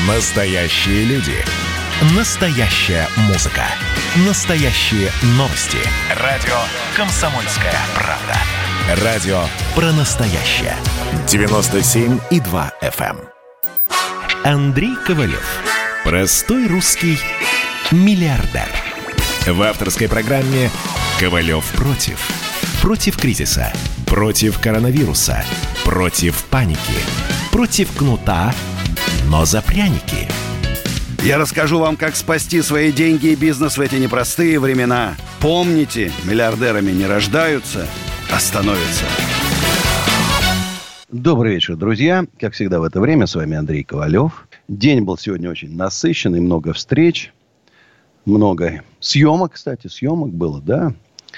Настоящие люди. Настоящая музыка. Настоящие новости. Радио «Комсомольская правда». Радио про настоящее. 97,2 FM. Андрей Ковалев. Простой русский миллиардер. В авторской программе «Ковалев против». Против кризиса. Против коронавируса. Против паники. Против кнута, но за пряники. Я расскажу вам, как спасти свои деньги и бизнес в эти непростые времена. Помните, миллиардерами не рождаются, а становятся. Добрый вечер, друзья. Как всегда в это время, с вами Андрей Ковалев. День был сегодня очень насыщенный, много встреч, много съемок, кстати, съемок было, да.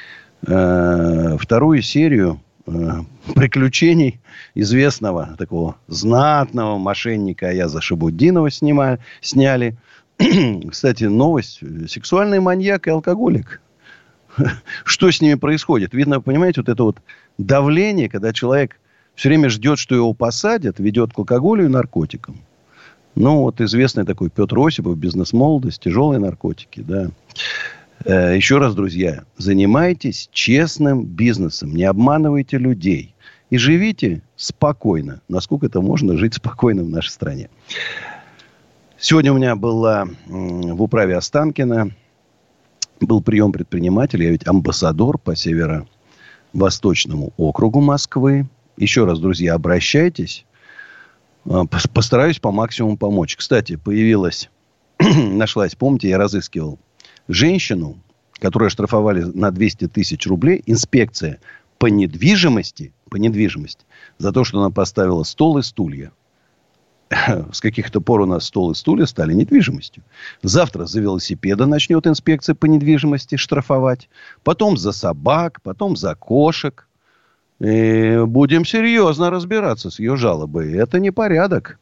Вторую серию приключений известного такого знатного мошенника Аяза Шабуддинова сняли. Кстати, новость. Сексуальный маньяк и алкоголик. Что с ними происходит? Видно, понимаете, вот это вот давление, когда человек все время ждет, что его посадят, ведет к алкоголю и наркотикам. Ну, вот известный такой Петр Осипов, бизнес-молодость, тяжелые наркотики, да. Еще раз, друзья, занимайтесь честным бизнесом, не обманывайте людей и живите спокойно, насколько это можно жить спокойно в нашей стране. Сегодня у меня была в управе Останкино, был прием предпринимателей, я ведь амбассадор по северо-восточному округу Москвы. Еще раз, друзья, обращайтесь, постараюсь по максимуму помочь. Кстати, нашлась, помните, я разыскивал женщину, которую оштрафовали на 200 тысяч рублей, инспекция по недвижимости, за то, что она поставила стол и стулья. С каких-то пор у нас стол и стулья стали недвижимостью. Завтра за велосипеды начнет инспекция по недвижимости штрафовать. Потом за собак, потом за кошек. И будем серьезно разбираться с ее жалобой. Это не порядок.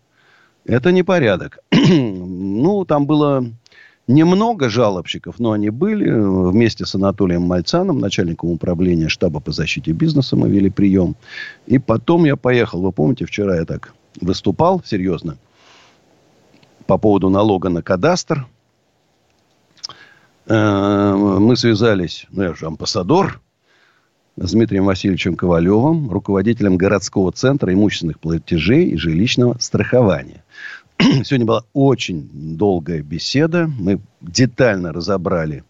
Ну, там было немного жалобщиков, но они были. Вместе с Анатолием Мальцаном, начальником управления штаба по защите бизнеса, мы вели прием. И потом я поехал. Вы помните, вчера я так выступал серьезно по поводу налога на кадастр. Мы связались, я же амбассадор, с Дмитрием Васильевичем Ковалевым, руководителем городского центра имущественных платежей и жилищного страхования. Сегодня была очень долгая беседа. Мы детально разобрали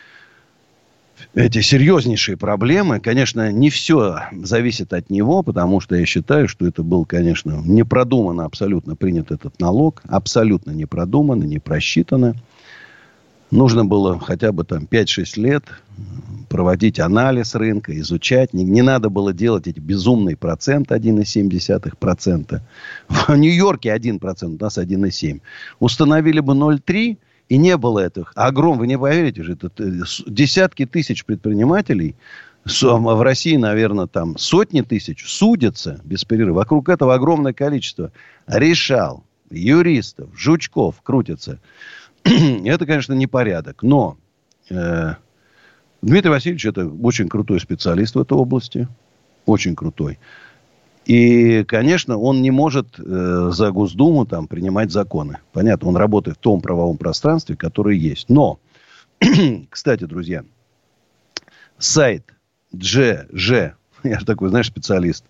эти серьезнейшие проблемы. Конечно, не все зависит от него, потому что я считаю, что это был, конечно, непродуманно абсолютно принят этот налог. Абсолютно не продуманно, не просчитано. Нужно было хотя бы там 5-6 лет проводить анализ рынка, изучать. Не надо было делать эти безумные проценты 1,7%. В Нью-Йорке 1%, у нас 1,7%. Установили бы 0,3%, и не было этих. Вы не поверите же, это десятки тысяч предпринимателей, в России, наверное, там сотни тысяч судятся без перерыва. Вокруг этого огромное количество решал, юристов, жучков крутятся. Это, конечно, непорядок. Но Дмитрий Васильевич это очень крутой специалист в этой области. Очень крутой. И, конечно, он не может за Госдуму там принимать законы. Понятно, он работает в том правовом пространстве, которое есть. Но, кстати, друзья, сайт GG, я же такой, знаешь, специалист,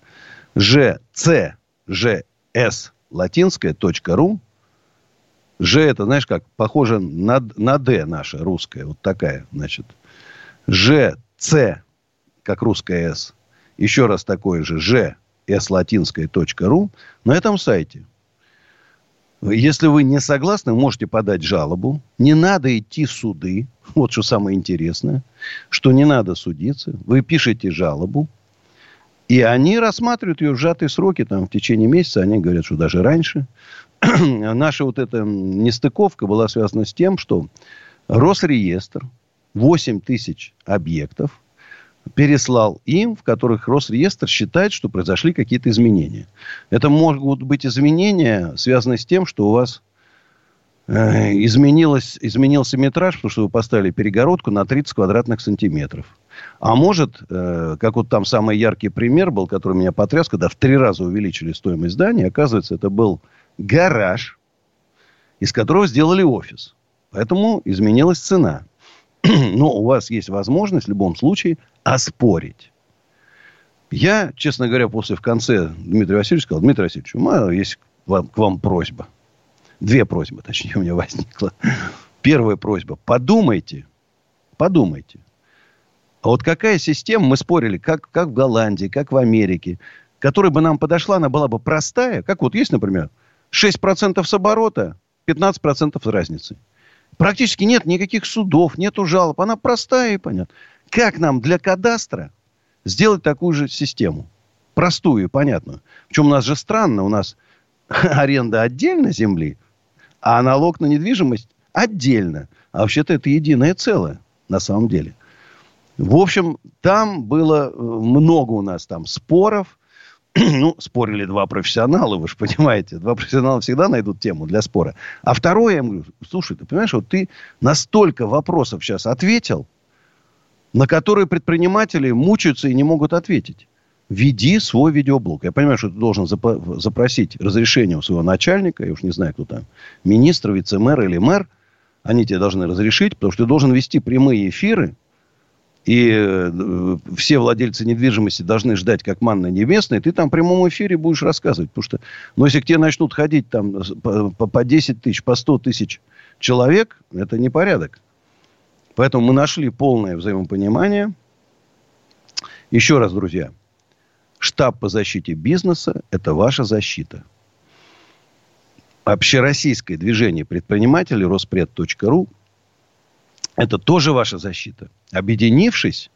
GCGS латинское .ру. Ж это, знаешь, как похоже на Д наша русская. Вот такая, значит. Ж, Ц, как русская С. Еще раз такое же Ж, С латинское .ру. На этом сайте. Если вы не согласны, можете подать жалобу. Не надо идти в суды. Вот что самое интересное. Что не надо судиться. Вы пишете жалобу. И они рассматривают ее в сжатые сроки. Там, в течение месяца. Они говорят, что даже раньше. Наша вот эта нестыковка была связана с тем, что Росреестр 8 тысяч объектов переслал им, в которых Росреестр считает, что произошли какие-то изменения. Это могут быть изменения, связанные с тем, что у вас изменился метраж, потому что вы поставили перегородку на 30 квадратных сантиметров. А может, как вот там самый яркий пример был, который меня потряс, когда в 3 раза увеличили стоимость здания. Оказывается, это был гараж. из которого сделали офис. Поэтому изменилась цена. Но у вас есть возможность в любом случае оспорить. Я, честно говоря, в конце Дмитрия Васильевича сказал: Дмитрий Васильевич, у меня есть к вам просьба. 2 просьбы, точнее, у меня возникла. Первая просьба. Подумайте. А вот какая система, мы спорили, как в Голландии, как в Америке, которая бы нам подошла, она была бы простая. Как вот есть, например, 6% с оборота, 15% с разницы. Практически нет никаких судов, нету жалоб. Она простая и понятна. Как нам для кадастра сделать такую же систему? Простую и понятную. Причем у нас же странно. У нас аренда отдельно земли, а налог на недвижимость отдельно. А вообще-то это единое целое на самом деле. В общем, там было много у нас там споров. Ну, спорили 2 профессионала, вы же понимаете. 2 профессионала всегда найдут тему для спора. А второе, я говорю: слушай, ты понимаешь, вот ты на столько вопросов сейчас ответил, на которые предприниматели мучаются и не могут ответить. Веди свой видеоблог. Я понимаю, что ты должен запросить разрешение у своего начальника. Я уж не знаю, кто там. Министр, вице-мэр или мэр. Они тебе должны разрешить, потому что ты должен вести прямые эфиры. И все владельцы недвижимости должны ждать, как манна небесная. Ты там в прямом эфире будешь рассказывать. Потому что, если к тебе начнут ходить там по 10 тысяч, по 100 тысяч человек, это не порядок. Поэтому мы нашли полное взаимопонимание. Еще раз, друзья. Штаб по защите бизнеса – это ваша защита. Общероссийское движение предпринимателей Роспред.ру – это тоже ваша защита. Объединившись,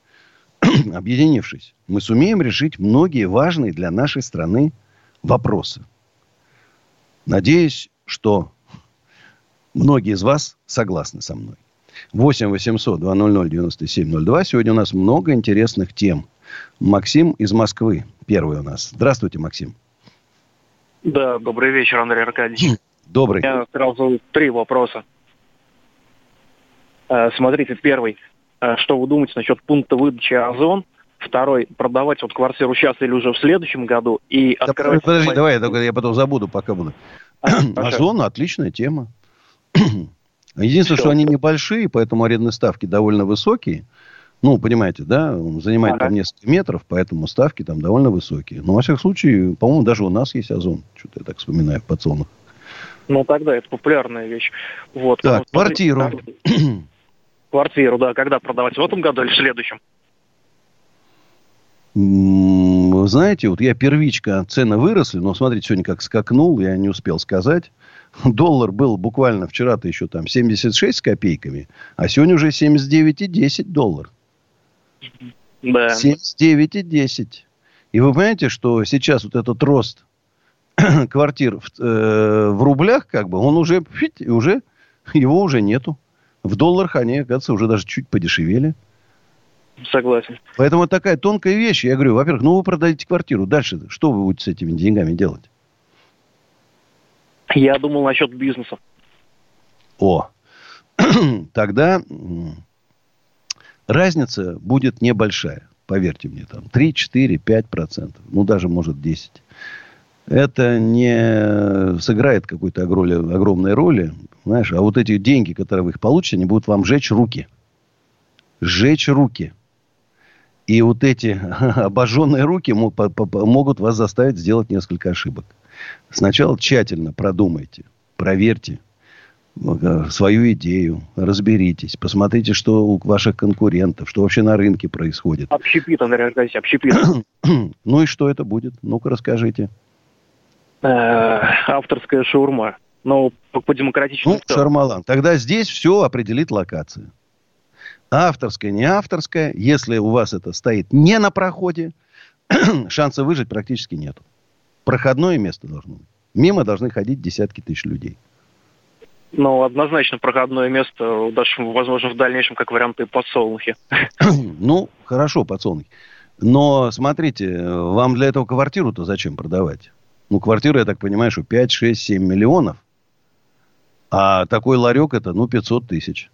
мы сумеем решить многие важные для нашей страны вопросы. Надеюсь, что многие из вас согласны со мной. 8 800 200 9702. Сегодня у нас много интересных тем. Максим из Москвы первый у нас. Здравствуйте, Максим. Да, добрый вечер, Андрей Аркадьевич. Добрый. У меня сразу 3 вопроса. Смотрите, первый. Что вы думаете насчет пункта выдачи Озон? Второй. Продавать вот квартиру сейчас или уже в следующем году? И открывать... Подожди, давай, я потом забуду, пока буду. Озон – отличная тема. Единственное, что они небольшие, поэтому арендные ставки довольно высокие. Ну, понимаете, да? Он занимает там несколько метров, поэтому ставки там довольно высокие. Но, во всяком случае, по-моему, даже у нас есть Озон. Что-то я так вспоминаю в подсолнухах. Ну, тогда это популярная вещь. Вот. Так, квартиру. Квартиру, да. Когда продавать? В этом году или в следующем? Вы знаете, вот я первичка, цены выросли, но смотрите, сегодня как скакнул, я не успел сказать. Доллар был буквально вчера-то еще там 76 с копейками, а сегодня уже 79,10 доллар. Да. 79,10. И вы понимаете, что сейчас вот этот рост квартир в рублях, как бы, он уже его уже нету. В долларах они, оказывается, уже даже чуть подешевели. Согласен. Поэтому это такая тонкая вещь. Я говорю, во-первых, вы продадите квартиру. Дальше что вы будете с этими деньгами делать? Я думал насчет бизнеса. Тогда разница будет небольшая. Поверьте мне, там 3, 4, 5%. Ну, даже, может, 10%. Это не сыграет какой-то огромной роли. Знаешь, а вот эти деньги, которые вы их получите, они будут вам жечь руки. Жечь руки. И вот эти обожженные руки могут вас заставить сделать несколько ошибок. Сначала тщательно продумайте, проверьте свою идею, разберитесь, посмотрите, что у ваших конкурентов, что вообще на рынке происходит. Общепит, Андрей Аркадьевич, общепит. Ну и что это будет? Ну-ка, расскажите. Авторская шаурма. Но по демократичному. Ну, Шармалан. Тогда здесь все определит локация. Авторская, не авторская. Если у вас это стоит не на проходе, шанса выжить практически нет. Проходное место должно быть. Мимо должны ходить десятки тысяч людей. Ну, однозначно проходное место, даже, возможно, в дальнейшем, как варианты подсолнухи. Ну, хорошо, подсолнухи. Но, смотрите, вам для этого квартиру-то зачем продавать? Ну, квартира, я так понимаю, что 5, 6, 7 миллионов. А такой ларек это, 500 тысяч.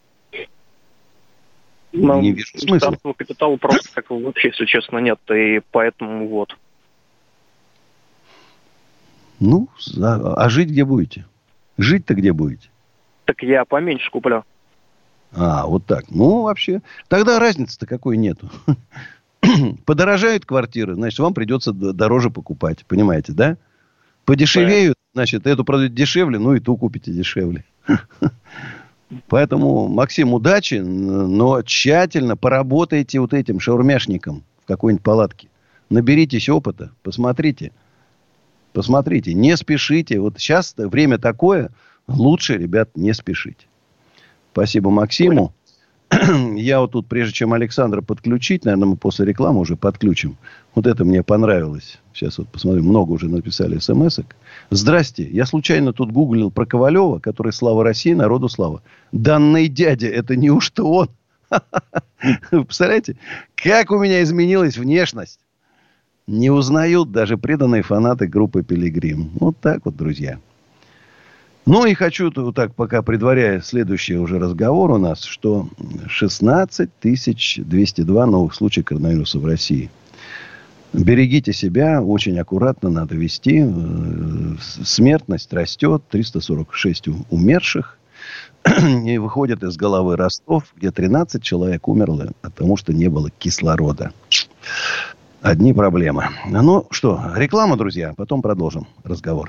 Не вижу смысла. Стартового капитала просто как вообще, если честно, нет. И поэтому вот. Ну, а жить где будете? Жить-то где будете? Так я поменьше куплю. Вот так. Ну, вообще. Тогда разницы-то какой нету. Подорожают квартиры, значит, вам придется дороже покупать. Понимаете, да? Подешевеют, значит, эту продают дешевле, ну и ту купите дешевле. Поэтому, Максим, удачи, но тщательно поработайте вот этим шаурмяшником в какой-нибудь палатке. Наберитесь опыта, посмотрите. Посмотрите, не спешите. Вот сейчас время такое, лучше, ребят, не спешите. Спасибо Максиму. Я вот тут, прежде чем Александра подключить, наверное, мы после рекламы уже подключим. Вот это мне понравилось. Сейчас вот посмотрим, много уже написали смс-ок. Здрасте, я случайно тут гуглил про Ковалева, который слава России, народу слава. Данный дядя, это неужто он? Вы представляете, как у меня изменилась внешность? Не узнают даже преданные фанаты группы «Пилигрим». Вот так вот, друзья. Ну, и хочу вот так, пока предваряя следующий уже разговор у нас, что 16 202 новых случаев коронавируса в России. Берегите себя, очень аккуратно надо вести. Смертность растет, 346 умерших. И выходит из головы Ростов, где 13 человек умерло, потому что не было кислорода. Одни проблемы. Ну что, реклама, друзья, потом продолжим разговор.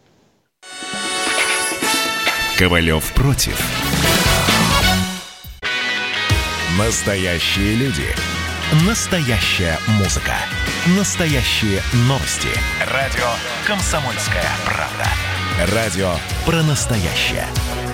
Ковалев против. Настоящие люди. Настоящая музыка. Настоящие новости. Радио «Комсомольская правда». Радио про настоящее.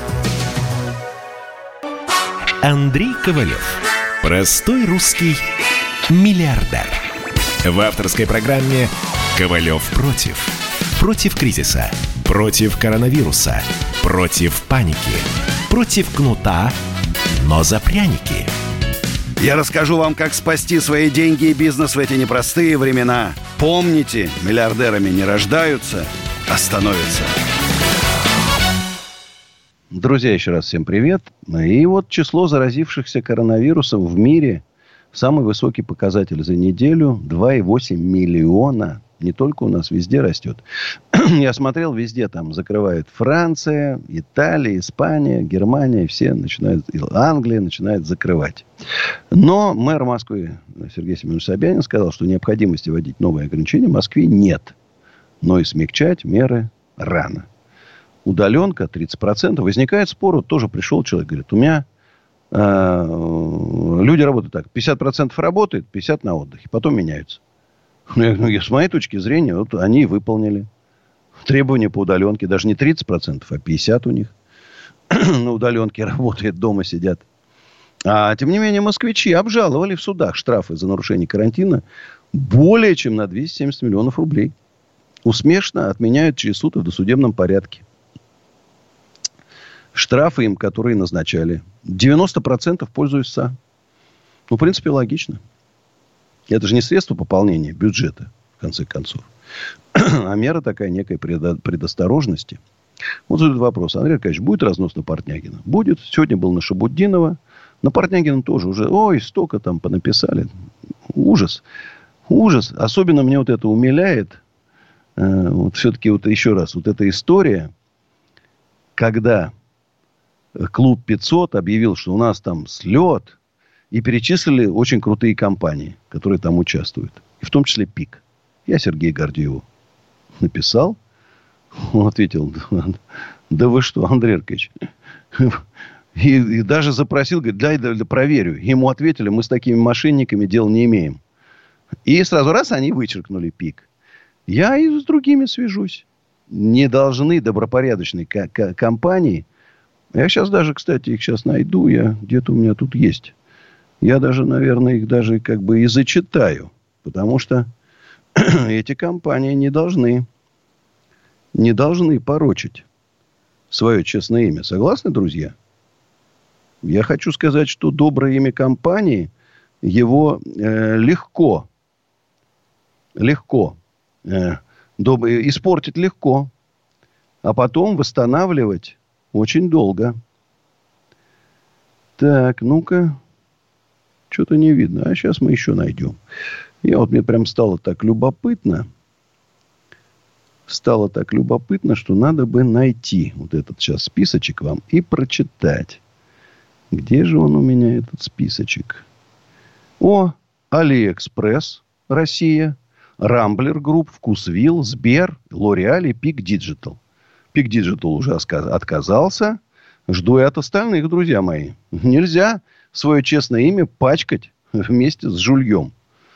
Андрей Ковалев. Простой русский миллиардер. В авторской программе «Ковалев против». Против кризиса. Против коронавируса. Против паники. Против кнута, но за пряники. Я расскажу вам, как спасти свои деньги и бизнес в эти непростые времена. Помните, миллиардерами не рождаются, а становятся. Друзья, еще раз всем привет. И вот число заразившихся коронавирусом в мире. Самый высокий показатель за неделю. 2,8 миллиона. Не только у нас, везде растет. Я смотрел, везде там закрывают Франция, Италия, Испания, Германия. Все начинают, Англия начинает закрывать. Но мэр Москвы Сергей Семенович Собянин сказал, что необходимости вводить новые ограничения в Москве нет. Но и смягчать меры рано. Удаленка 30%. Возникает спор. Вот тоже пришел человек, говорит, у меня люди работают так. 50% работает, 50% на отдыхе. Потом меняются. С моей точки зрения, вот они и выполнили требования по удаленке. Даже не 30%, а 50% у них на удаленке работает, дома сидят. А тем не менее, москвичи обжаловали в судах штрафы за нарушение карантина более чем на 270 миллионов рублей. Успешно отменяют через суд и в досудебном порядке. Штрафы им, которые назначали, 90% пользуются. Ну, в принципе, логично. Это же не средство пополнения бюджета, в конце концов. А мера такая некой предосторожности. Вот задают вопрос. Андрей Аркадьевич, будет разнос на Портнягина? Будет. Сегодня был на Шабутдинова. На Портнягина тоже уже. Ой, столько там понаписали. Ужас. Ужас. Особенно мне вот это умиляет. Вот все-таки вот еще раз. Вот эта история, когда клуб 500 объявил, что у нас там слет. И перечислили очень крутые компании, которые там участвуют. И в том числе ПИК. Я Сергею Гордееву написал. Он ответил, да вы что, Андрей Аркадьевич. И даже запросил, говорит, дай проверю. Ему ответили, мы с такими мошенниками дел не имеем. И сразу раз они вычеркнули ПИК. Я и с другими свяжусь. Не должны добропорядочные компании. Я сейчас даже, кстати, их сейчас найду. Где-то у меня тут есть. Я даже, наверное, их даже как бы и зачитаю. Потому что эти компании не должны порочить свое честное имя. Согласны, друзья? Я хочу сказать, что доброе имя компании, его легко испортить легко. А потом восстанавливать очень долго. Так, ну-ка. Что-то не видно. А сейчас мы еще найдем. Мне прям стало так любопытно. стало так любопытно, что надо бы найти вот этот сейчас списочек вам и прочитать. Где же он у меня, этот списочек? О, Алиэкспресс, Россия, Рамблер Групп, Вкусвилл, Сбер, Лореаль и Пик Диджитал. Пик Диджитал уже отказался. Жду и от остальных, друзья мои. Нельзя свое честное имя пачкать вместе с жульем.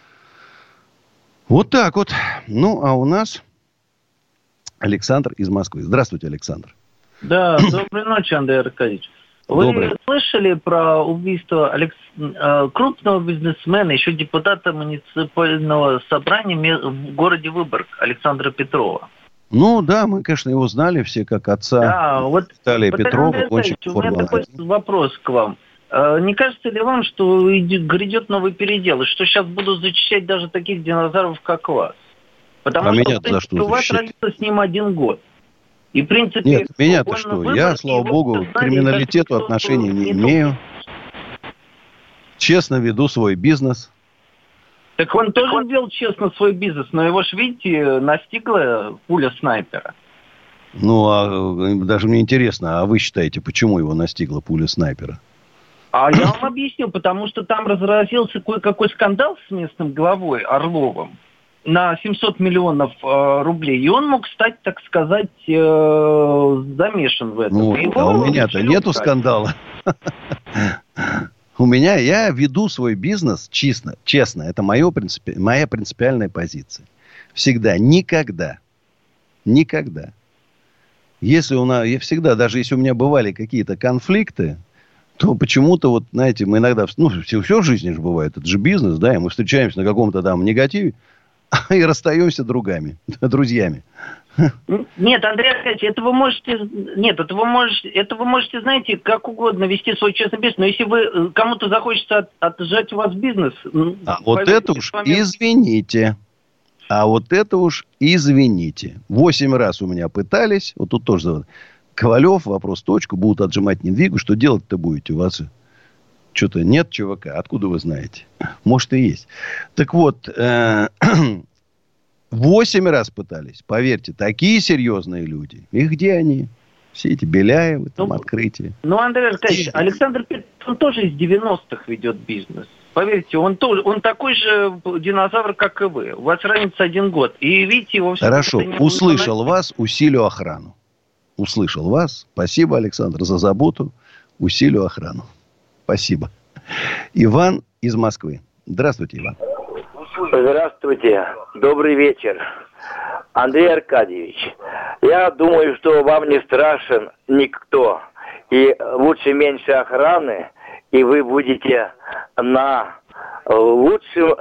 Вот так вот. Ну, а у нас Александр из Москвы. Здравствуйте, Александр. Да, доброй ночи, Андрей Аркадьевич. Вы слышали про убийство крупного бизнесмена, еще депутата муниципального собрания в городе Выборг, Александра Петрова? Ну, да, мы, конечно, его знали все как отца. Да, вот Виталия Петрова. У меня такой вопрос к вам. Не кажется ли вам, что грядет новый передел, и что сейчас будут защищать даже таких динозавров, как вас? Потому что у вас родился с ним 1 год. И, в принципе, нет, меня-то что? Я, слава богу, к криминалитету отношения не имею. Честно веду свой бизнес. Так он тоже вел честно свой бизнес, но его ж, видите, настигла пуля снайпера. Ну, а даже мне интересно, а вы считаете, почему его настигла пуля снайпера? А я вам объясню, потому что там разразился кое-какой скандал с местным главой Орловым на 700 миллионов рублей. И он мог стать, так сказать, замешан в этом. Ну, а у меня-то нету скандала. У меня, я веду свой бизнес честно. Это моя принципиальная позиция. Всегда, никогда. Если всегда, даже если у меня бывали какие-то конфликты, то почему-то, вот, знаете, мы иногда, все в жизни же бывает, это же бизнес, да, и мы встречаемся на каком-то там негативе, и расстаемся друзьями. Нет, Андрей Аркадьевич, это вы можете, знаете, как угодно вести свой честный бизнес, но если вы кому-то захочется отжать у вас бизнес... вот это уж извините. 8 раз у меня пытались, вот тут тоже Ковалев, вопрос, точку, будут отжимать недвигу, что делать-то будете? У вас что-то нет ЧВК, откуда вы знаете? Может, и есть. Так вот, 8 раз пытались, поверьте, такие серьезные люди. И где они? Все эти Беляевы, там, открытия. Ну, Андрей Аркадьевич, Александр Петров, он тоже из 90-х ведет бизнес. Поверьте, он такой же динозавр, как и вы. У вас разница 1 год. И видите, его все... Хорошо, услышал вас, усилю охрану. Услышал вас. Спасибо, Александр, за заботу. Усилю охрану. Спасибо. Иван из Москвы. Здравствуйте, Иван. Здравствуйте. Добрый вечер. Андрей Аркадьевич, я думаю, что вам не страшен никто. И лучше меньше охраны, и вы будете на лучшем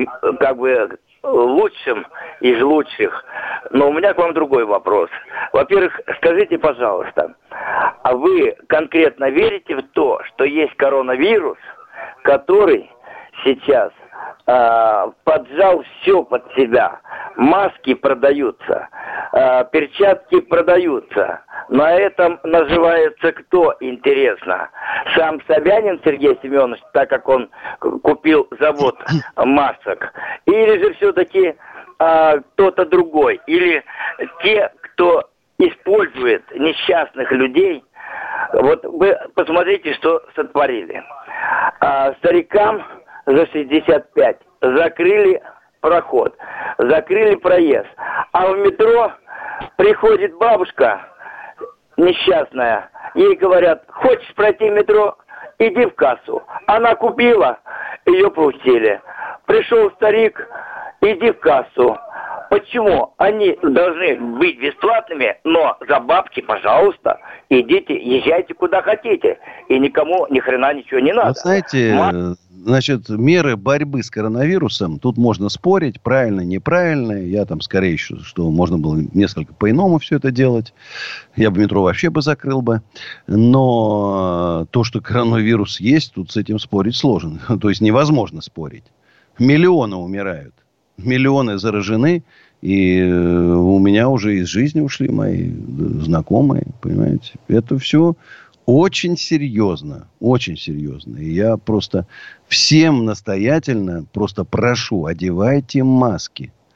из лучших. Но у меня к вам другой вопрос. Во-первых, скажите, пожалуйста, а вы конкретно верите в то, что есть коронавирус, который сейчас поджал все под себя? Маски продаются, перчатки продаются. На этом наживается кто, интересно? Сам Собянин Сергей Семенович, так как он купил завод масок? Или же все-таки кто-то другой? Или те, кто использует несчастных людей? Вот вы посмотрите, что сотворили. Старикам за 65 закрыли проход, закрыли проезд. А в метро приходит бабушка несчастная, ей говорят: хочешь пройти метро, иди в кассу. Она купила, ее пустили. Пришел старик, иди в кассу. Почему? Они должны быть бесплатными, но за бабки, пожалуйста, идите, езжайте куда хотите. И никому ни хрена ничего не надо. Вот знаете, значит, меры борьбы с коронавирусом, тут можно спорить, правильно, неправильно. Я там скорее еще, что можно было несколько по-иному все это делать. Я бы метро вообще бы закрыл бы. Но то, что коронавирус есть, тут с этим спорить сложно. То есть невозможно спорить. Миллионы умирают. Миллионы заражены, и у меня уже из жизни ушли мои знакомые, понимаете. Это все очень серьезно, очень серьезно. И я просто всем настоятельно просто прошу, одевайте маски.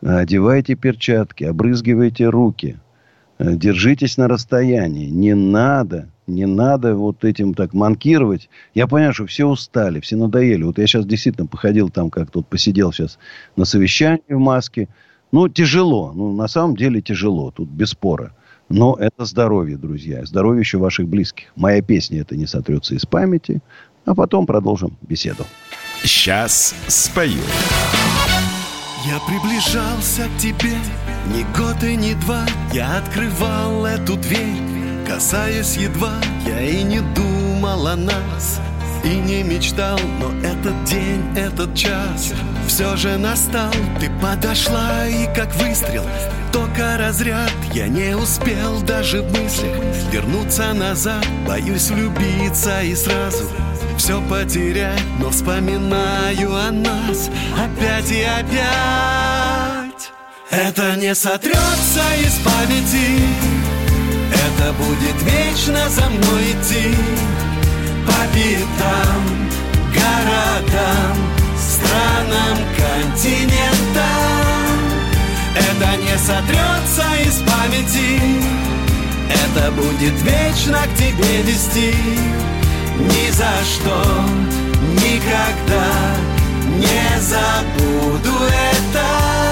одевайте перчатки, обрызгивайте руки, держитесь на расстоянии. Не надо вот этим так манкировать. Я понимаю, что все устали, все надоели. Вот я сейчас действительно походил там, как тут посидел сейчас на совещании в маске. Ну, тяжело. Ну, на самом деле тяжело. Тут без спора. Но это здоровье, друзья. Здоровье еще ваших близких. Моя песня это не сотрется из памяти. А потом продолжим беседу. Сейчас спою. Я приближался к тебе ни год и ни два. Я открывал эту дверь, касаясь едва. Я и не думал о нас, и не мечтал. Но этот день, этот час все же настал. Ты подошла и как выстрел, только разряд. Я не успел даже в мыслях вернуться назад. Боюсь влюбиться и сразу все потерять, но вспоминаю о нас опять и опять. Это не сотрется из памяти, это будет вечно за мной идти. По пятам, городам, странам, континентам. Это не сотрется из памяти, это будет вечно к тебе вести. Ни за что, никогда не забуду это.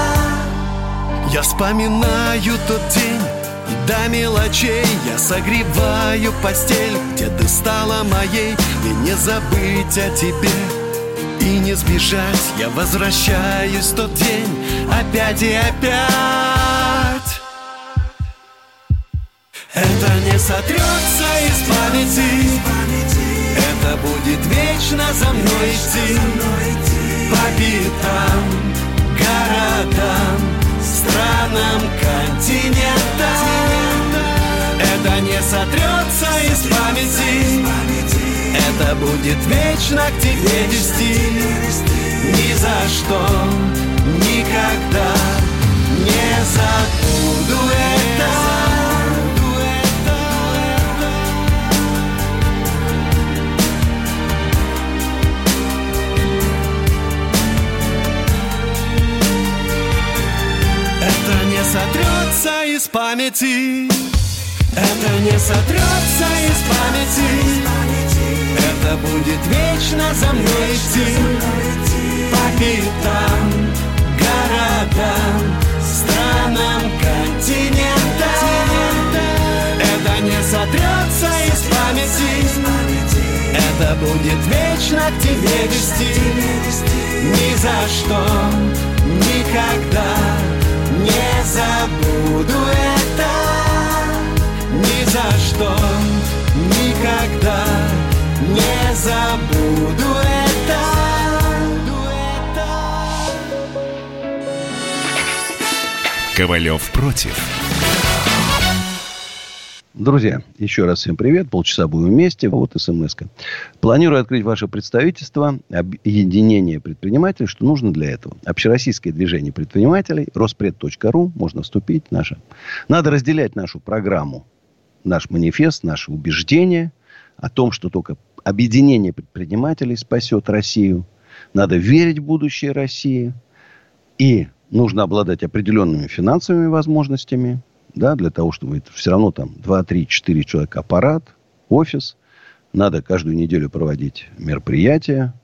Я вспоминаю тот день и до мелочей. Я согреваю постель, где ты стала моей. И не забыть о тебе, и не сбежать. Я возвращаюсь в тот день опять и опять. Это не сотрется из памяти, это будет вечно за мной идти. По пятам, городам, странам, континентам. Это не сотрется из памяти, это будет вечно к тебе вести. Ни за что, никогда не забуду это. Это не сотрется из памяти, это не сотрется из памяти. Это будет вечно за мной идти. По пятам, городам, странам, континентам. Это не сотрется из памяти, это будет вечно к тебе вести. Ни за что, никогда не забуду это. Ни за что, никогда не забуду это. Ковалев против. Друзья, еще раз всем привет. Полчаса будем вместе. Вот смс-ка. Планирую открыть ваше представительство, объединение предпринимателей. Что нужно для этого? Общероссийское движение предпринимателей, Роспред.ру. Можно вступить. Надо разделять нашу программу, наш манифест, наши убеждения о том, что только объединение предпринимателей спасет Россию. Надо верить в будущее России. И нужно обладать определенными финансовыми возможностями. Да, для того, чтобы это все равно там 2, 3, 4 человека аппарат, офис. Надо каждую неделю проводить мероприятия.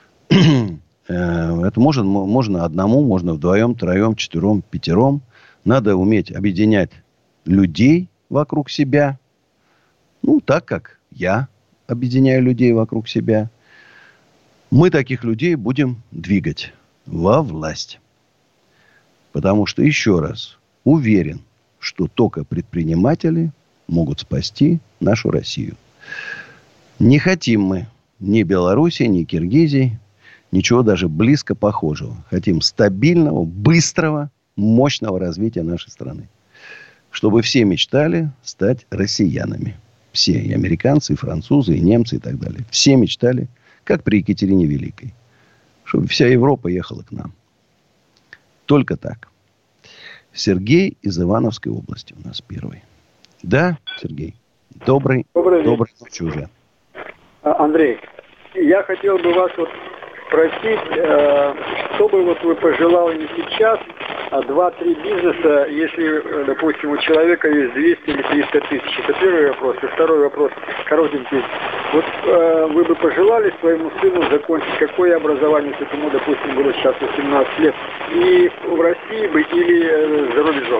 Это можно одному, можно вдвоем, троем, четвером, пятером. Надо уметь объединять людей вокруг себя. Ну, так как я объединяю людей вокруг себя. Мы таких людей будем двигать во власть. Потому что, еще раз, уверен, что только предприниматели могут спасти нашу Россию. Не хотим мы ни Белоруссии, ни Киргизии, ничего даже близко похожего. Хотим стабильного, быстрого, мощного развития нашей страны. Чтобы все мечтали стать россиянами. Все, и американцы, и французы, и немцы, и так далее. Все мечтали, как при Екатерине Великой. Чтобы вся Европа ехала к нам. Только так. Сергей из Ивановской области у нас первый. Да, Сергей. Доброй ночи уже. Андрей, я хотел бы вас спросить, что бы вот вы пожелали не сейчас, а 2-3 бизнеса, если, допустим, у человека есть 200 или 300 тысяч. Это первый вопрос. И второй вопрос, коротенький. Вот вы бы пожелали своему сыну закончить какое образование, если ему, допустим, было сейчас 18 лет, и в России бы или за рубежом?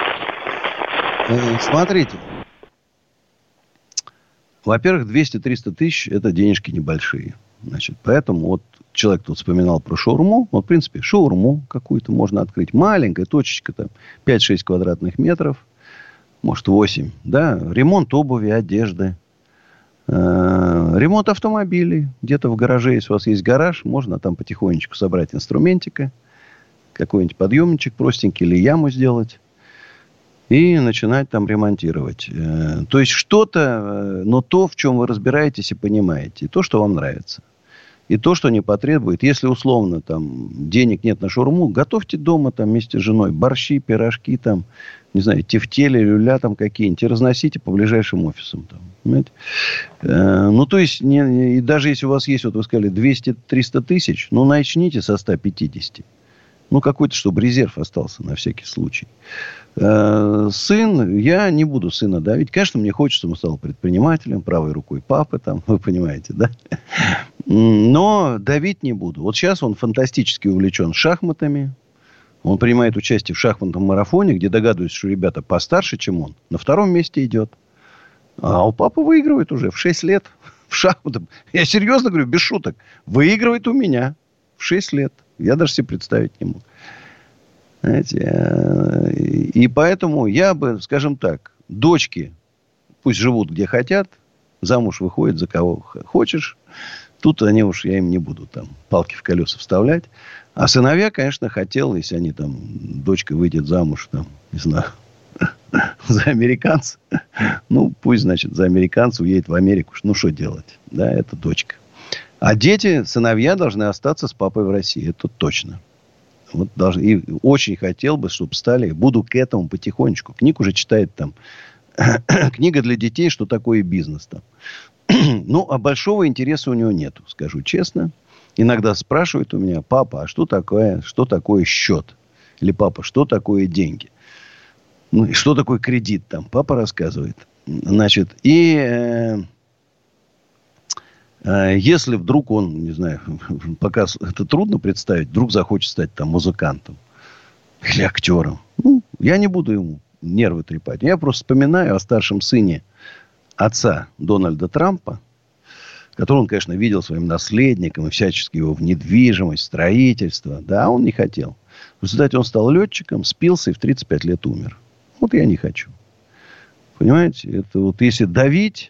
Смотрите. Во-первых, 200-300 тысяч – это денежки небольшие. Значит, поэтому вот человек тут вспоминал про шаурму. Вот, в принципе, шаурму какую-то можно открыть. Маленькая точечка, там, 5-6 квадратных метров. Может, 8. Да? Ремонт обуви, одежды. Ремонт автомобилей. Где-то в гараже, если у вас есть гараж, можно там потихонечку собрать инструментика. Какой-нибудь подъемничек простенький или яму сделать. И начинать там ремонтировать. То есть что-то, но то, в чем вы разбираетесь и понимаете. И то, что вам нравится. И то, что не потребует. Если условно там денег нет на шаурму, готовьте дома там вместе с женой борщи, пирожки там, не знаю, тефтели, люля там какие-нибудь. И разносите по ближайшим офисам. Там, понимаете? Ну, то есть, и даже если у вас есть, вот вы сказали, 200-300 тысяч, ну, начните со 150. Ну, какой-то, чтобы резерв остался на всякий случай. Сын, я не буду сына давить. Конечно, мне хочется, чтобы он стал предпринимателем, правой рукой папы, там, вы понимаете, да? Но давить не буду. Вот сейчас он фантастически увлечен шахматами. Он принимает участие в шахматном марафоне, где догадываюсь, что ребята постарше, чем он. На 2-м месте идет. А у папы выигрывает уже в 6 лет в шахматах. Я серьезно говорю, без шуток. Выигрывает у меня в 6 лет. Я даже себе представить не мог. Знаете, и поэтому я бы, скажем так, дочки пусть живут где хотят, замуж выходят за кого хочешь. Тут они уж, я им не буду там палки в колеса вставлять. А сыновья, конечно, хотел, если они там, дочка выйдет замуж, там, не знаю, за американца. Ну, пусть, значит, за американца уедет в Америку. Ну, что делать? Да, это дочка. А дети, сыновья должны остаться с папой в России. Это точно. Вот должны. И очень хотел бы, чтобы стали. Буду к этому потихонечку. Книг уже читает там. Книга для детей, что такое бизнес там. Ну, а большого интереса у него нету, скажу честно. Иногда спрашивают у меня: папа, а что такое счет? Или папа, что такое деньги? Ну, и что такое кредит там? Папа рассказывает. Значит, и если вдруг он, не знаю, пока это трудно представить, вдруг захочет стать там музыкантом или актером, ну, я не буду ему нервы трепать. Я просто вспоминаю о старшем сыне отца Дональда Трампа, которого он, конечно, видел своим наследником и всячески его в недвижимость, строительство. Да, он не хотел. В результате он стал летчиком, спился и в 35 лет умер. Вот я не хочу. Понимаете? Это вот если давить,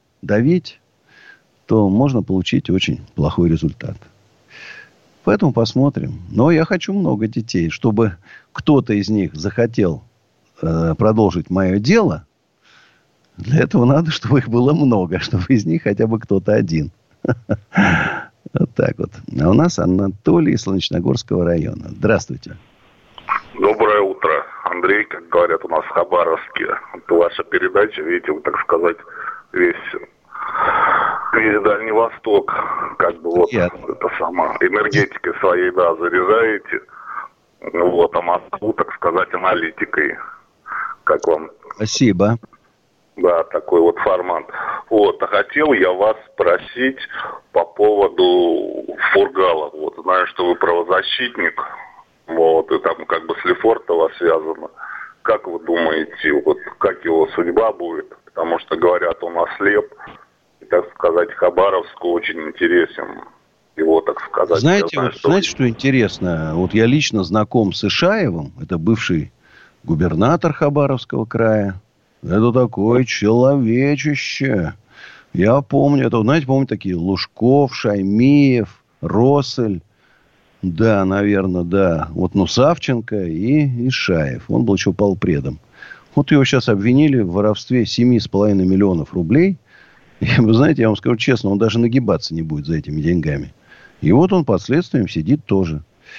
то можно получить очень плохой результат. Поэтому посмотрим. Но я хочу много детей. Чтобы кто-то из них захотел продолжить мое дело, для этого надо, чтобы их было много. Чтобы из них хотя бы кто-то один. Вот так вот. А у нас Анатолий из Солнечногорского района. Здравствуйте. Доброе утро, Андрей. Как говорят у нас в Хабаровске. Это ваша передача. Видите, вы, так сказать, весь Дальний Восток, как бы вот это сама энергетикой своей, да, заряжаете. Вот, а Москву, так сказать, аналитикой. Как вам? Спасибо. Да, такой вот формат. Вот, а хотел я вас спросить по поводу Фургала. Вот, знаю, что вы правозащитник. Вот, и там как бы с Лефортово связано. Как вы думаете, вот как его судьба будет? Потому что, говорят, он ослеп. И, так сказать, Хабаровску очень интересен его, так сказать. Знаете, знаете, что интересно? Вот я лично знаком с Ишаевым. Это бывший губернатор Хабаровского края. Это такое человечище. Я помню, это, знаете, помню такие Лужков, Шаймиев, Россель. Да, наверное, да. Вот, ну, Савченко и Ишаев. Он был еще полпредом. Вот его сейчас обвинили в воровстве 7,5 миллионов рублей. И, вы знаете, я вам скажу честно, он даже нагибаться не будет за этими деньгами. И вот он под следствием сидит тоже.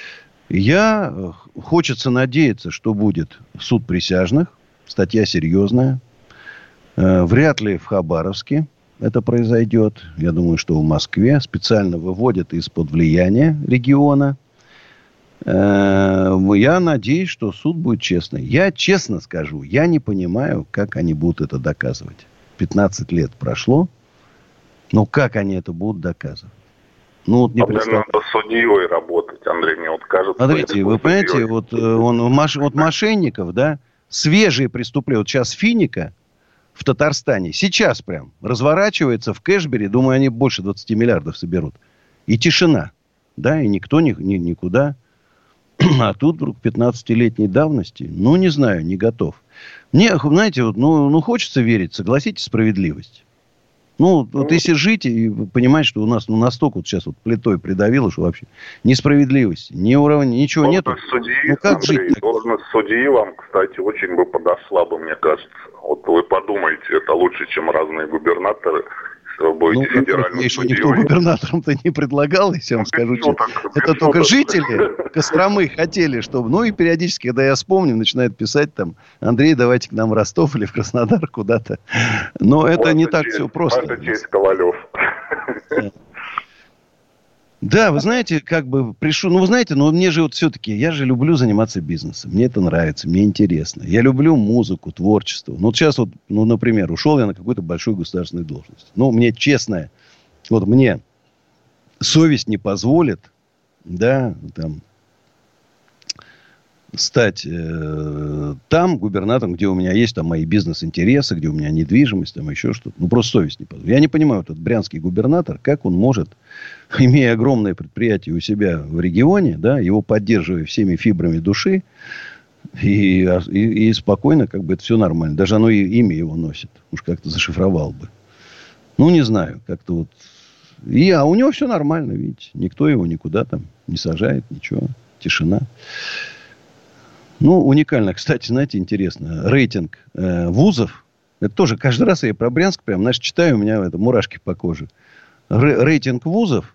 Хочется надеяться, что будет суд присяжных. Статья серьезная. Вряд ли в Хабаровске. это произойдет. Я думаю, что в Москве специально выводят из-под влияния региона. Я надеюсь, что суд будет честный. Я честно скажу, я не понимаю, как они будут это доказывать. 15 лет прошло. Но как они это будут доказывать? Ну, вот не надо судьей работать, Андрей, мне вот кажется. Смотрите, вы понимаете, вот мошенников, да, свежие преступления. Вот сейчас Финика в Татарстане, сейчас прям разворачивается в Кэшбери, думаю, они больше 20 миллиардов соберут. И тишина, да, и никто никуда. А тут вдруг 15-летней давности, ну, не знаю, не готов. Мне, знаете, вот, ну, хочется верить, согласитесь, в справедливость. Ну, вот если жить и понимать, что у нас настолько вот сейчас вот плитой придавило, что вообще несправедливости, ни уровня, ничего нету. Судьи, ну, как Андрей, жить? Должность судьи вам, кстати, очень бы подошла бы, мне кажется. Вот вы подумайте, это лучше, чем разные губернаторы. Вы будете федеральным мне еще судьей. никто губернатором-то не предлагал, если я вам скажу. Это только жители Костромы хотели, чтобы... Ну, и периодически, когда я вспомню, начинают писать там: Андрей, давайте к нам в Ростов или в Краснодар куда-то. Но это не так все просто. Это честь Ковалев. Да, вы знаете, как бы пришел... Ну, вы знаете, но мне же вот все-таки... Я же люблю заниматься бизнесом. Мне это нравится, мне интересно. Я люблю музыку, творчество. Ну, вот сейчас вот, ну, например, ушел я на какую-то большую государственную должность. Ну, мне честно... Вот мне совесть не позволит, да, там... стать там губернатором, где у меня есть там мои бизнес-интересы, где у меня недвижимость, там еще что-то. Ну, просто совесть не позволит. Я не понимаю, этот брянский губернатор, как он может, имея огромное предприятие у себя в регионе, да, его поддерживая всеми фибрами души, и спокойно, как бы это все нормально. Даже оно и имя его носит. Уж как-то зашифровал бы. Ну, не знаю, как-то вот. А у него все нормально, видите. Никто его никуда там не сажает, ничего. Тишина. Ну, уникально. Кстати, знаете, интересно. Рейтинг вузов. Это тоже каждый раз я про Брянск прям, знаешь, читаю, у меня это мурашки по коже. Рейтинг вузов.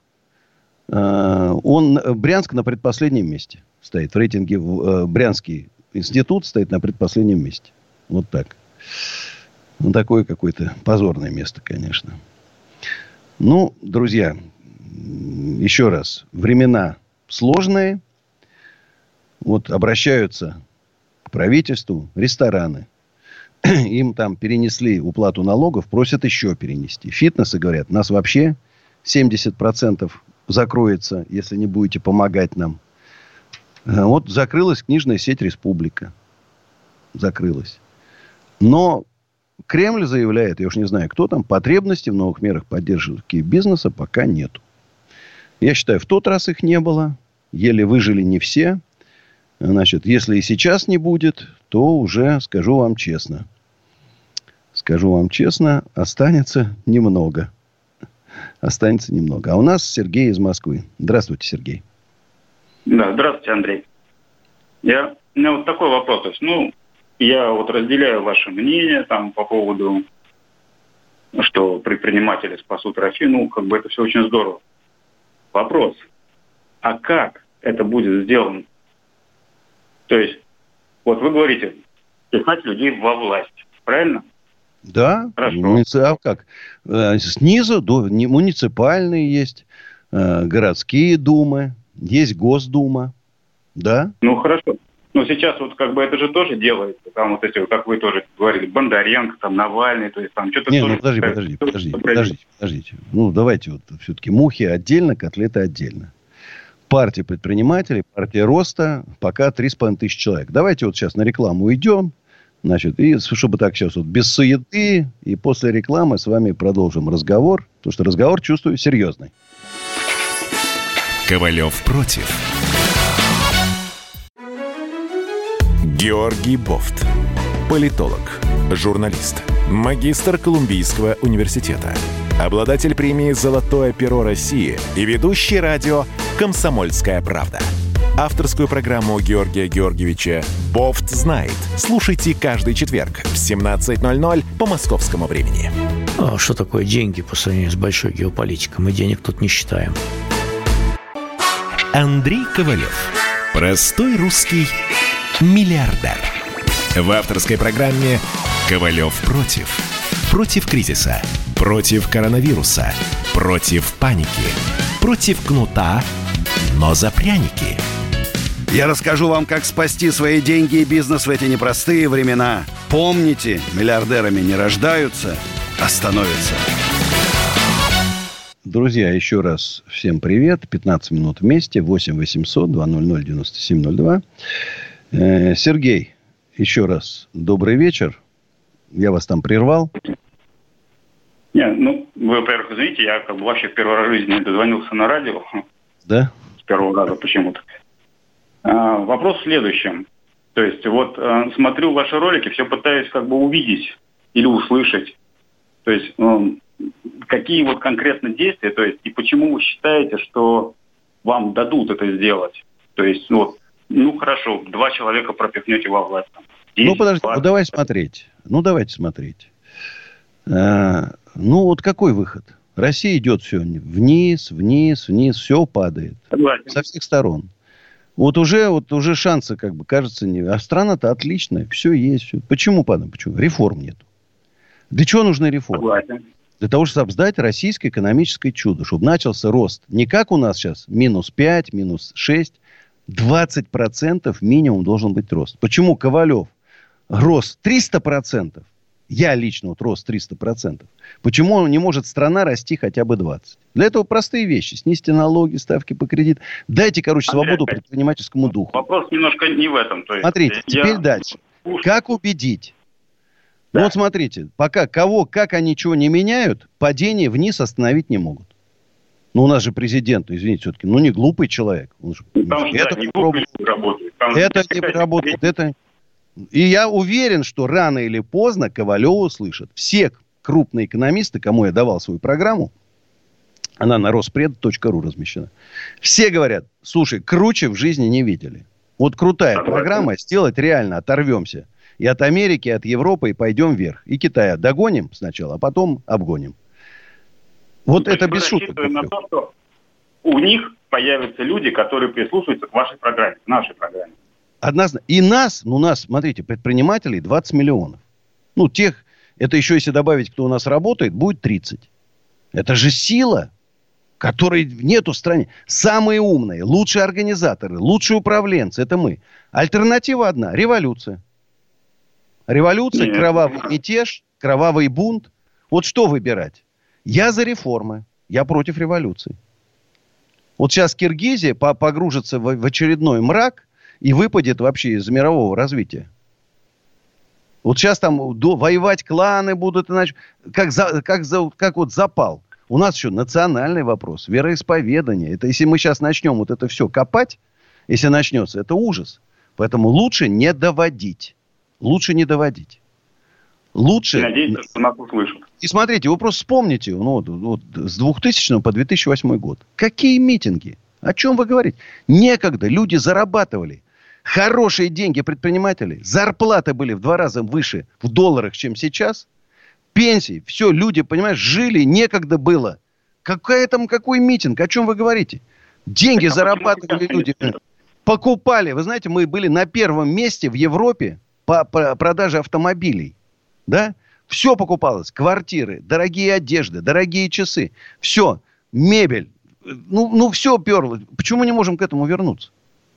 Брянск на предпоследнем месте стоит. В рейтинге Брянский институт стоит на предпоследнем месте. Вот так. Ну, такое какое-то позорное место, конечно. Ну, друзья, еще раз. Времена сложные. Вот обращаются к правительству рестораны. Им там перенесли уплату налогов, просят еще перенести. Фитнесы говорят, нас вообще 70% закроется, если не будете помогать нам. Вот закрылась книжная сеть «Республика». Закрылась. Но Кремль заявляет, я уж не знаю, кто там, потребности в новых мерах поддержки бизнеса пока нету. Я считаю, в тот раз их не было. Еле выжили не все. Значит, если и сейчас не будет, то уже, скажу вам честно, останется немного. Останется немного. А у нас Сергей из Москвы. Здравствуйте, Сергей. Да, здравствуйте, Андрей. У меня вот такой вопрос. То есть, я вот разделяю ваше мнение там по поводу, что предприниматели спасут Россию. Как бы это все очень здорово. Вопрос. А как это будет сделано? То есть, вот вы говорите, пихать людей во власть. Правильно? Да. А как? Снизу муниципальные есть, городские думы, есть Госдума. Да? Ну, хорошо. Но сейчас вот как бы это же тоже делается. Там вот эти, как вы тоже говорили, Бондаренко, там Навальный, то есть там что-то... Не, подождите. Ну, давайте вот все-таки мухи отдельно, котлеты отдельно. Партия предпринимателей, партия роста, пока 3500 человек. Давайте вот сейчас на рекламу уйдем. Значит, и чтобы так сейчас вот без суеты. И после рекламы с вами продолжим разговор. Потому что разговор, чувствую, серьезный. Ковалев против. Георгий Бофт. Политолог, журналист, магистр Колумбийского университета, обладатель премии «Золотое перо России» и ведущий радио «Комсомольская правда». Авторскую программу Георгия Георгиевича «Бофт знает». Слушайте каждый четверг в 17:00 по московскому времени. А что такое деньги по сравнению с большой геополитикой? Мы денег тут не считаем. Андрей Ковалев. Простой русский миллиардер. В авторской программе «Ковалев против». Против кризиса, против коронавируса, против паники, против кнута, но за пряники. Я расскажу вам, как спасти свои деньги и бизнес в эти непростые времена. Помните, миллиардерами не рождаются, а становятся. Друзья, еще раз всем привет. 15 минут вместе. 8 800 200 9702. Сергей, еще раз добрый вечер. Я вас там прервал. Не, ну, вы, во-первых, извините, я как бы вообще в первый раз в жизни дозвонился на радио. Да? С первого раза почему-то. Вопрос в следующем. То есть, вот смотрю ваши ролики, все пытаюсь как бы увидеть или услышать. То есть, какие вот конкретно действия, то есть, и почему вы считаете, что вам дадут это сделать? То есть, вот, ну, хорошо, 2 человека пропихнете во власть. 10, ну, подожди, 20. ну, давайте смотреть. Ну, вот какой выход? Россия идет все вниз, все падает. Согласен. Со всех сторон. Вот уже шансы, как бы, кажется, не... А страна-то отличная, все есть. Все. Почему падает? Почему? Реформ нет. Для чего нужны реформы? Согласен. Для того, чтобы создать российское экономическое чудо. Чтобы начался рост. Не как у нас сейчас, -5, -6. 20% минимум должен быть рост. Почему Ковалев рост 300%? Я лично вот рост 300%. Почему не может страна расти хотя бы 20%? Для этого простые вещи. Снизьте налоги, ставки по кредиту. Дайте, свободу предпринимательскому духу. Вопрос немножко не в этом. То есть, смотрите, теперь дальше. Как убедить? Да. Вот смотрите, пока как они чего не меняют, падение вниз остановить не могут. Ну, у нас же президент, извините, все-таки, не глупый человек. Он же, это не работает. Это не работает. И я уверен, что рано или поздно Ковалев услышит. Все крупные экономисты, кому я давал свою программу, она на Роспред.ру размещена. Все говорят, слушай, круче в жизни не видели. Вот крутая программа, сделать реально, оторвемся. И от Америки, и от Европы, и пойдем вверх. И Китая догоним сначала, а потом обгоним. Вот это без шуток. На то, что у них появятся люди, которые прислушаются к вашей программе, к нашей программе. Однозначно. И нас, смотрите, предпринимателей 20 миллионов. Это еще если добавить, кто у нас работает, будет 30. Это же сила, которой нету в стране. Самые умные, лучшие организаторы, лучшие управленцы, это мы. Альтернатива одна – революция. Революция, кровавый мятеж, кровавый бунт. Вот что выбирать? Я за реформы, я против революции. Вот сейчас Киргизия погружится в очередной мрак и выпадет вообще из мирового развития. Вот сейчас там воевать кланы будут, иначе, как вот запал. У нас еще национальный вопрос, вероисповедание. Это если мы сейчас начнем вот это все копать, если начнется, это ужас. Поэтому лучше не доводить. Лучше. Надеюсь, что нас услышат. И смотрите, вы просто вспомните, с 2000 по 2008 год. Какие митинги? О чем вы говорите? Некогда люди зарабатывали. Хорошие деньги предпринимателей. Зарплаты были в 2 раза выше в долларах, чем сейчас. Пенсии. Все, люди, понимаешь, жили. Некогда было. Какой митинг? О чем вы говорите? Деньги зарабатывали люди. Покупали. Вы знаете, мы были на 1-м месте в Европе по продаже автомобилей. Да? Все покупалось. Квартиры, дорогие одежды, дорогие часы. Все. Мебель. Все перло. Почему мы не можем к этому вернуться?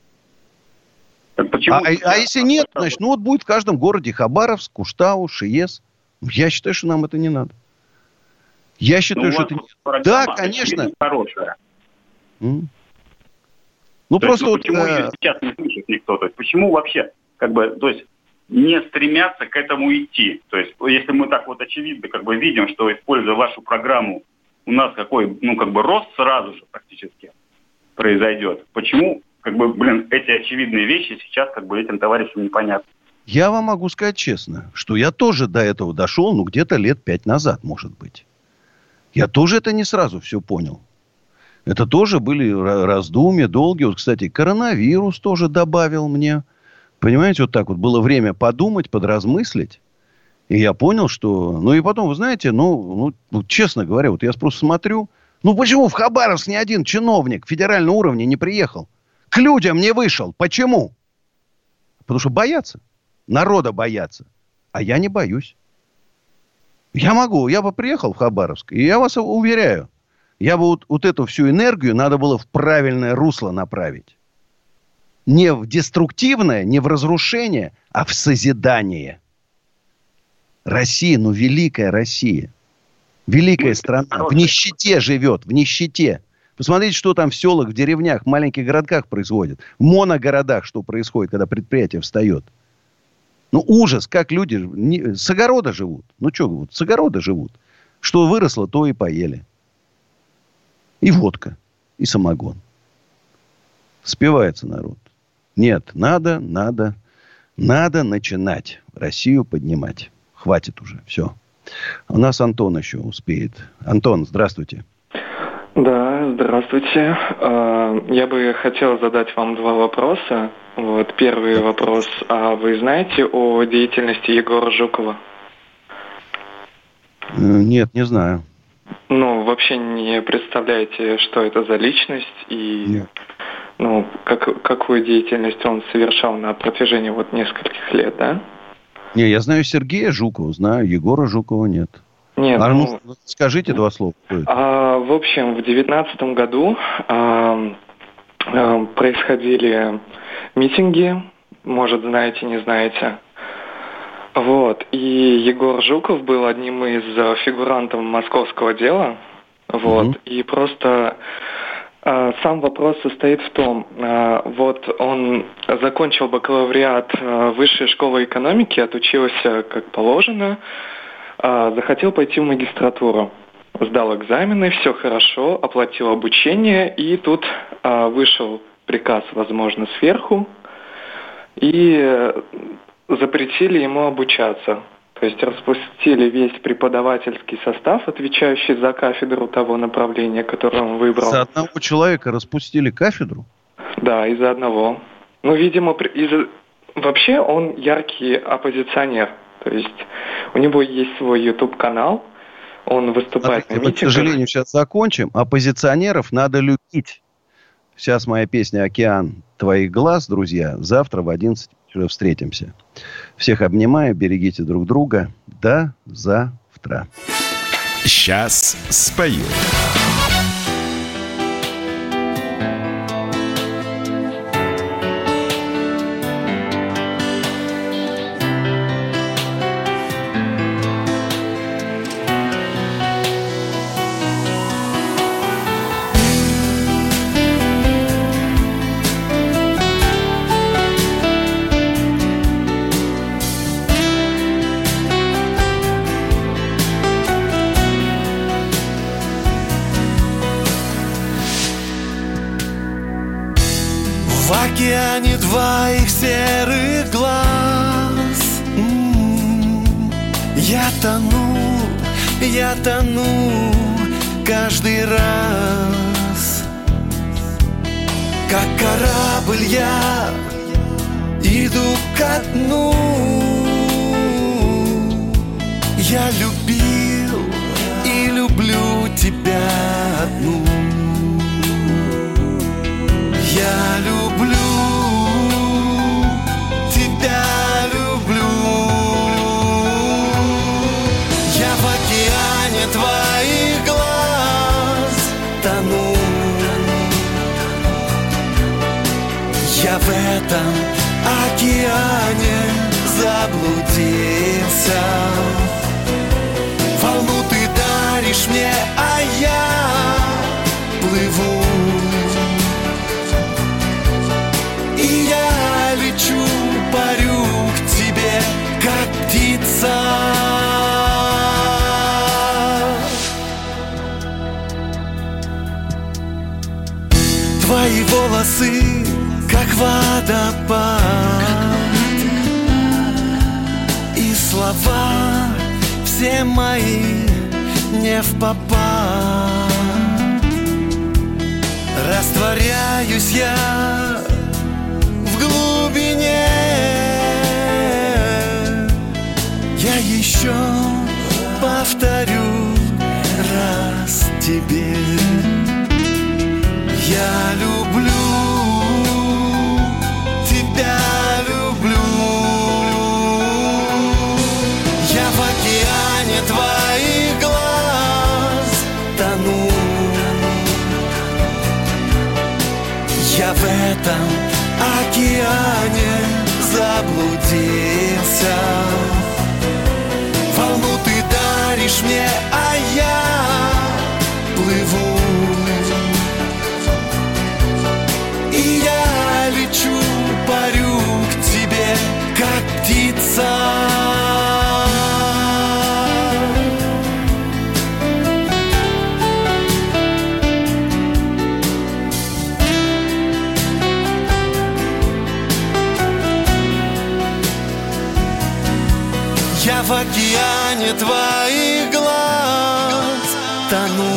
А если нет, значит, будет в каждом городе Хабаровск, Куштау, Шиес. Я считаю, что нам это не надо. Я считаю, что это не... Да, конечно. Хорошая. Просто почему ее сейчас не слышит никто? То есть, почему вообще, не стремятся к этому идти? То есть, если мы так вот очевидно, видим, что, используя вашу программу, у нас рост сразу же практически произойдет. Почему, эти очевидные вещи сейчас, этим товарищам непонятны? Я вам могу сказать честно, что я тоже до этого дошел, где-то лет 5 назад, может быть. Я тоже это не сразу все понял. Это тоже были раздумья долгие. Вот, кстати, коронавирус тоже добавил мне. Понимаете, вот так вот было время подумать, подразмыслить. И я понял, что... и потом, вы знаете, честно говоря, вот я просто смотрю... почему в Хабаровск ни один чиновник федерального уровня не приехал? К людям не вышел. Почему? Потому что боятся. Народа боятся. А я не боюсь. Я могу. Я бы приехал в Хабаровск, и я вас уверяю, я бы вот эту всю энергию надо было в правильное русло направить. Не в деструктивное, не в разрушение, а в созидание. Россия, великая Россия. Великая страна. В нищете живет, в нищете. Посмотрите, что там в селах, в деревнях, в маленьких городках происходит. В моногородах что происходит, когда предприятие встает. Ужас, как люди с огорода живут. С огорода живут. Что выросло, то и поели. И водка, и самогон. Спивается народ. Нет, надо начинать Россию поднимать. Хватит уже, все. У нас Антон еще успеет. Антон, здравствуйте. Да, здравствуйте. Я бы хотел задать вам 2 вопроса. Первый вопрос. А вы знаете о деятельности Егора Жукова? Нет, не знаю. Вообще не представляете, что это за личность и какую деятельность он совершал на протяжении нескольких лет, да? Не, я знаю Сергея Жукова, знаю, Егора Жукова нет. Нет. Скажите 2 слова. В общем, в 2019 году происходили митинги, может, знаете, не знаете. И Егор Жуков был одним из фигурантов московского дела. И просто сам вопрос состоит в том, он закончил бакалавриат Высшей школы экономики, отучился как положено, захотел пойти в магистратуру. Сдал экзамены, все хорошо, оплатил обучение, и тут вышел приказ, возможно, сверху, и запретили ему обучаться. То есть распустили весь преподавательский состав, отвечающий за кафедру того направления, которое он выбрал. За одного человека распустили кафедру? Да, из-за одного. Видимо, вообще он яркий оппозиционер. То есть у него есть свой YouTube-канал, он выступает на митингах. Мы, к сожалению, сейчас закончим. Оппозиционеров надо любить. Сейчас моя песня «Океан твоих глаз», друзья. Завтра в 11 вечера встретимся. Всех обнимаю, берегите друг друга. До завтра. Сейчас спою. В океане твоих серых глаз я тону каждый раз. Как корабль я иду ко дну. Я любил и люблю тебя одну. Я люблю, тебя люблю. Я в океане твоих глаз тону. Я в этом океане заблудился. Волну ты даришь мне, а я плыву. И я лечу, парю к тебе, как птица. Твои волосы, как водопад, и слова все мои не впопад. Растворяюсь я в глубине. Я еще повторю раз тебе. Я люблю, тебя люблю. Я в океане твоих этом океане заблудился. Волну ты даришь мне, а я плыву. И я лечу, парю к тебе, как птица. Я в океане твоих глаз тону.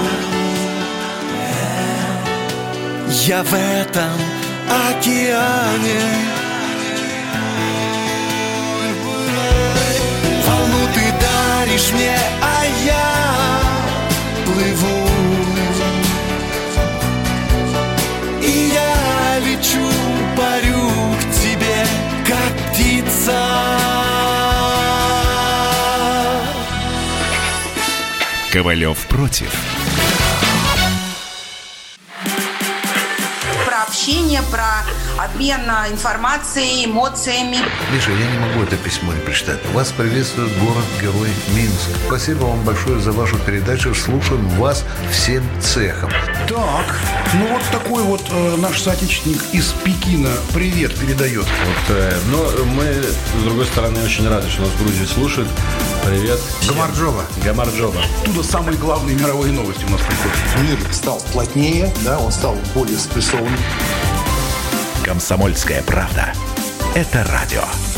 Я в этом океане. Волну ты даришь мне, а я плыву. И я лечу, парю к тебе, как птица. Ковалев против. Про общение, про обмен информацией, эмоциями. Миша, я не могу это письмо не прочитать. Вас приветствует город-герой Минск. Спасибо вам большое за вашу передачу. Слушаем вас всем цехом. Так, ну вот такой вот наш соотечественник из Пекина привет передает. Но мы, с другой стороны, очень рады, что нас в Грузии слушают. Привет. Гамарджоба. Гамарджоба. Оттуда самые главные мировые новости у нас приходят. Мир стал плотнее, да, он стал более спрессованным. «Комсомольская правда» — это радио.